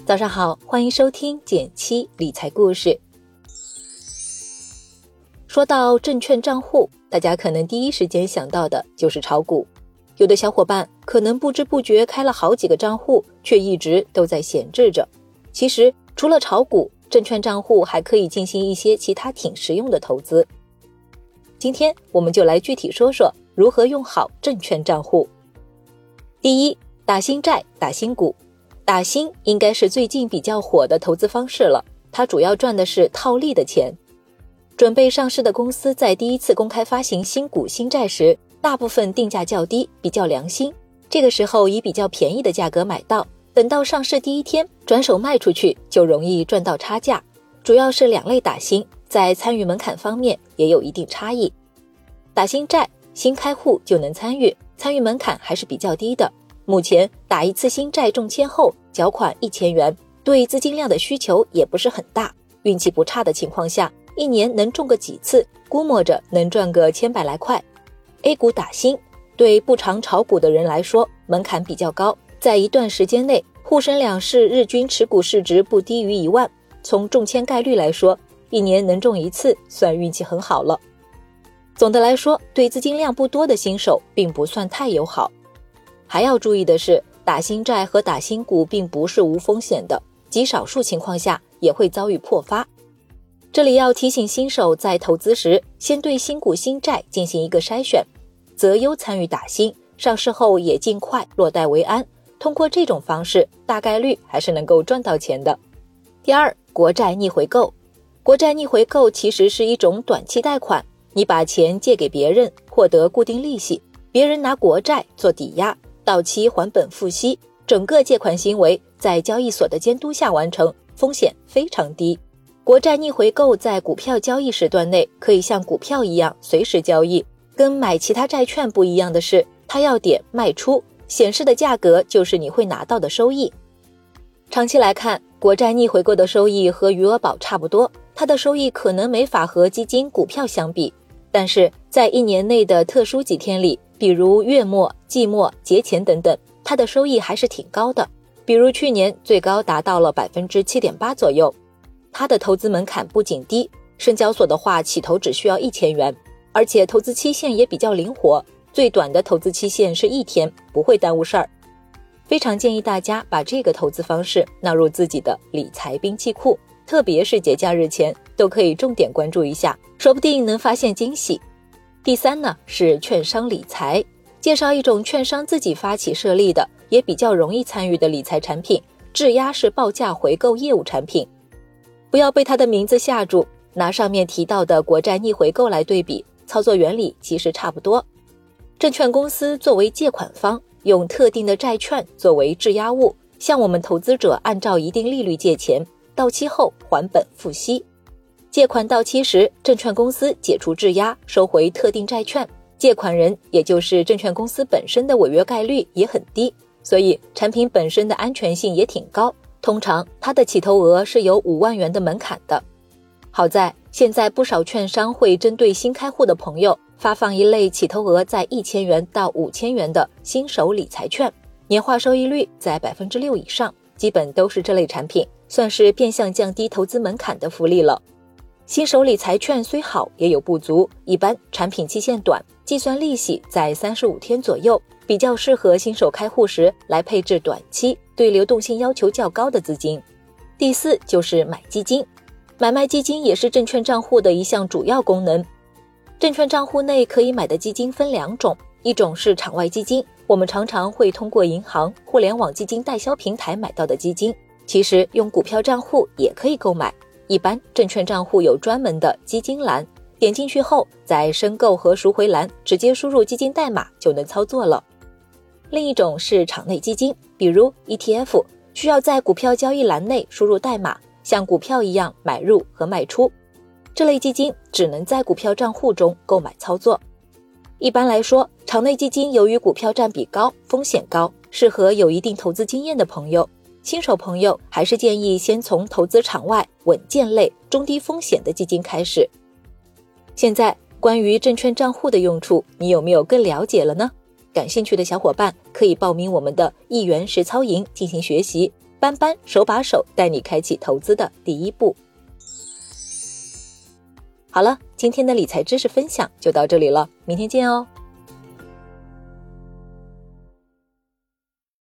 早上好，欢迎收听减七理财故事。说到证券账户，大家可能第一时间想到的就是炒股。有的小伙伴可能不知不觉开了好几个账户，却一直都在闲置着。其实除了炒股，证券账户还可以进行一些其他挺实用的投资。今天我们就来具体说说如何用好证券账户。第一，打新债、打新股。打新应该是最近比较火的投资方式了，它主要赚的是套利的钱。准备上市的公司在第一次公开发行新股新债时，大部分定价较低，比较良心，这个时候以比较便宜的价格买到，等到上市第一天转手卖出去，就容易赚到差价。主要是两类打新，在参与门槛方面也有一定差异。打新债，新开户就能参与，参与门槛还是比较低的。目前打一次新债中签后缴款1000元，对资金量的需求也不是很大，运气不差的情况下，一年能中个几次，估摸着能赚个100来块。A 股打新对不常炒股的人来说门槛比较高，在一段时间内沪深两市日均持股市值不低于1万，从中签概率来说，一年能中一次算运气很好了。总的来说，对资金量不多的新手并不算太友好。还要注意的是，打新债和打新股并不是无风险的，极少数情况下也会遭遇破发。这里要提醒新手在投资时，先对新股新债进行一个筛选，择优参与打新，上市后也尽快落袋为安，通过这种方式大概率还是能够赚到钱的。第二，国债逆回购。国债逆回购其实是一种短期贷款，你把钱借给别人，获得固定利息，别人拿国债做抵押，到期还本付息，整个借款行为在交易所的监督下完成，风险非常低。国债逆回购在股票交易时段内可以像股票一样随时交易，跟买其他债券不一样的是，它要点卖出，显示的价格就是你会拿到的收益。长期来看，国债逆回购的收益和余额宝差不多，它的收益可能没法和基金、股票相比，但是在一年内的特殊几天里，比如月末、季末、节前等等，它的收益还是挺高的。比如去年最高达到了 7.8% 左右。它的投资门槛不仅低，深交所的话起投只需要1000元，而且投资期限也比较灵活，最短的投资期限是1天，不会耽误事儿。非常建议大家把这个投资方式纳入自己的理财兵器库，特别是节假日前都可以重点关注一下，说不定能发现惊喜。第三呢，是券商理财，介绍一种券商自己发起设立的，也比较容易参与的理财产品，质押式报价回购业务产品。不要被它的名字吓住，拿上面提到的国债逆回购来对比，操作原理其实差不多。证券公司作为借款方，用特定的债券作为质押物，向我们投资者按照一定利率借钱，到期后还本付息。借款到期时，证券公司解除质押，收回特定债券，借款人也就是证券公司本身的违约概率也很低，所以产品本身的安全性也挺高，通常它的起投额是有5万元的门槛的。好在现在不少券商会针对新开户的朋友发放一类起投额在1000元到5000元的新手理财券，年化收益率在 6% 以上，基本都是这类产品，算是变相降低投资门槛的福利了。新手理财券虽好也有不足，一般产品期限短，计算利息在35天左右，比较适合新手开户时来配置短期对流动性要求较高的资金。第四就是买基金，买卖基金也是证券账户的一项主要功能。证券账户内可以买的基金分2种，一种是场外基金，我们常常会通过银行、互联网基金代销平台买到的基金，其实用股票账户也可以购买。一般证券账户有专门的基金栏，点进去后在申购和赎回栏直接输入基金代码就能操作了。另一种是场内基金，比如 ETF， 需要在股票交易栏内输入代码，像股票一样买入和卖出。这类基金只能在股票账户中购买操作。一般来说，场内基金由于股票占比高，风险高，适合有一定投资经验的朋友。新手朋友还是建议先从投资场外稳健类中低风险的基金开始。现在关于证券账户的用处，你有没有更了解了呢？感兴趣的小伙伴可以报名我们的1元实操营进行学习， 班班手把手带你开启投资的第一步。好了，今天的理财知识分享就到这里了，明天见哦。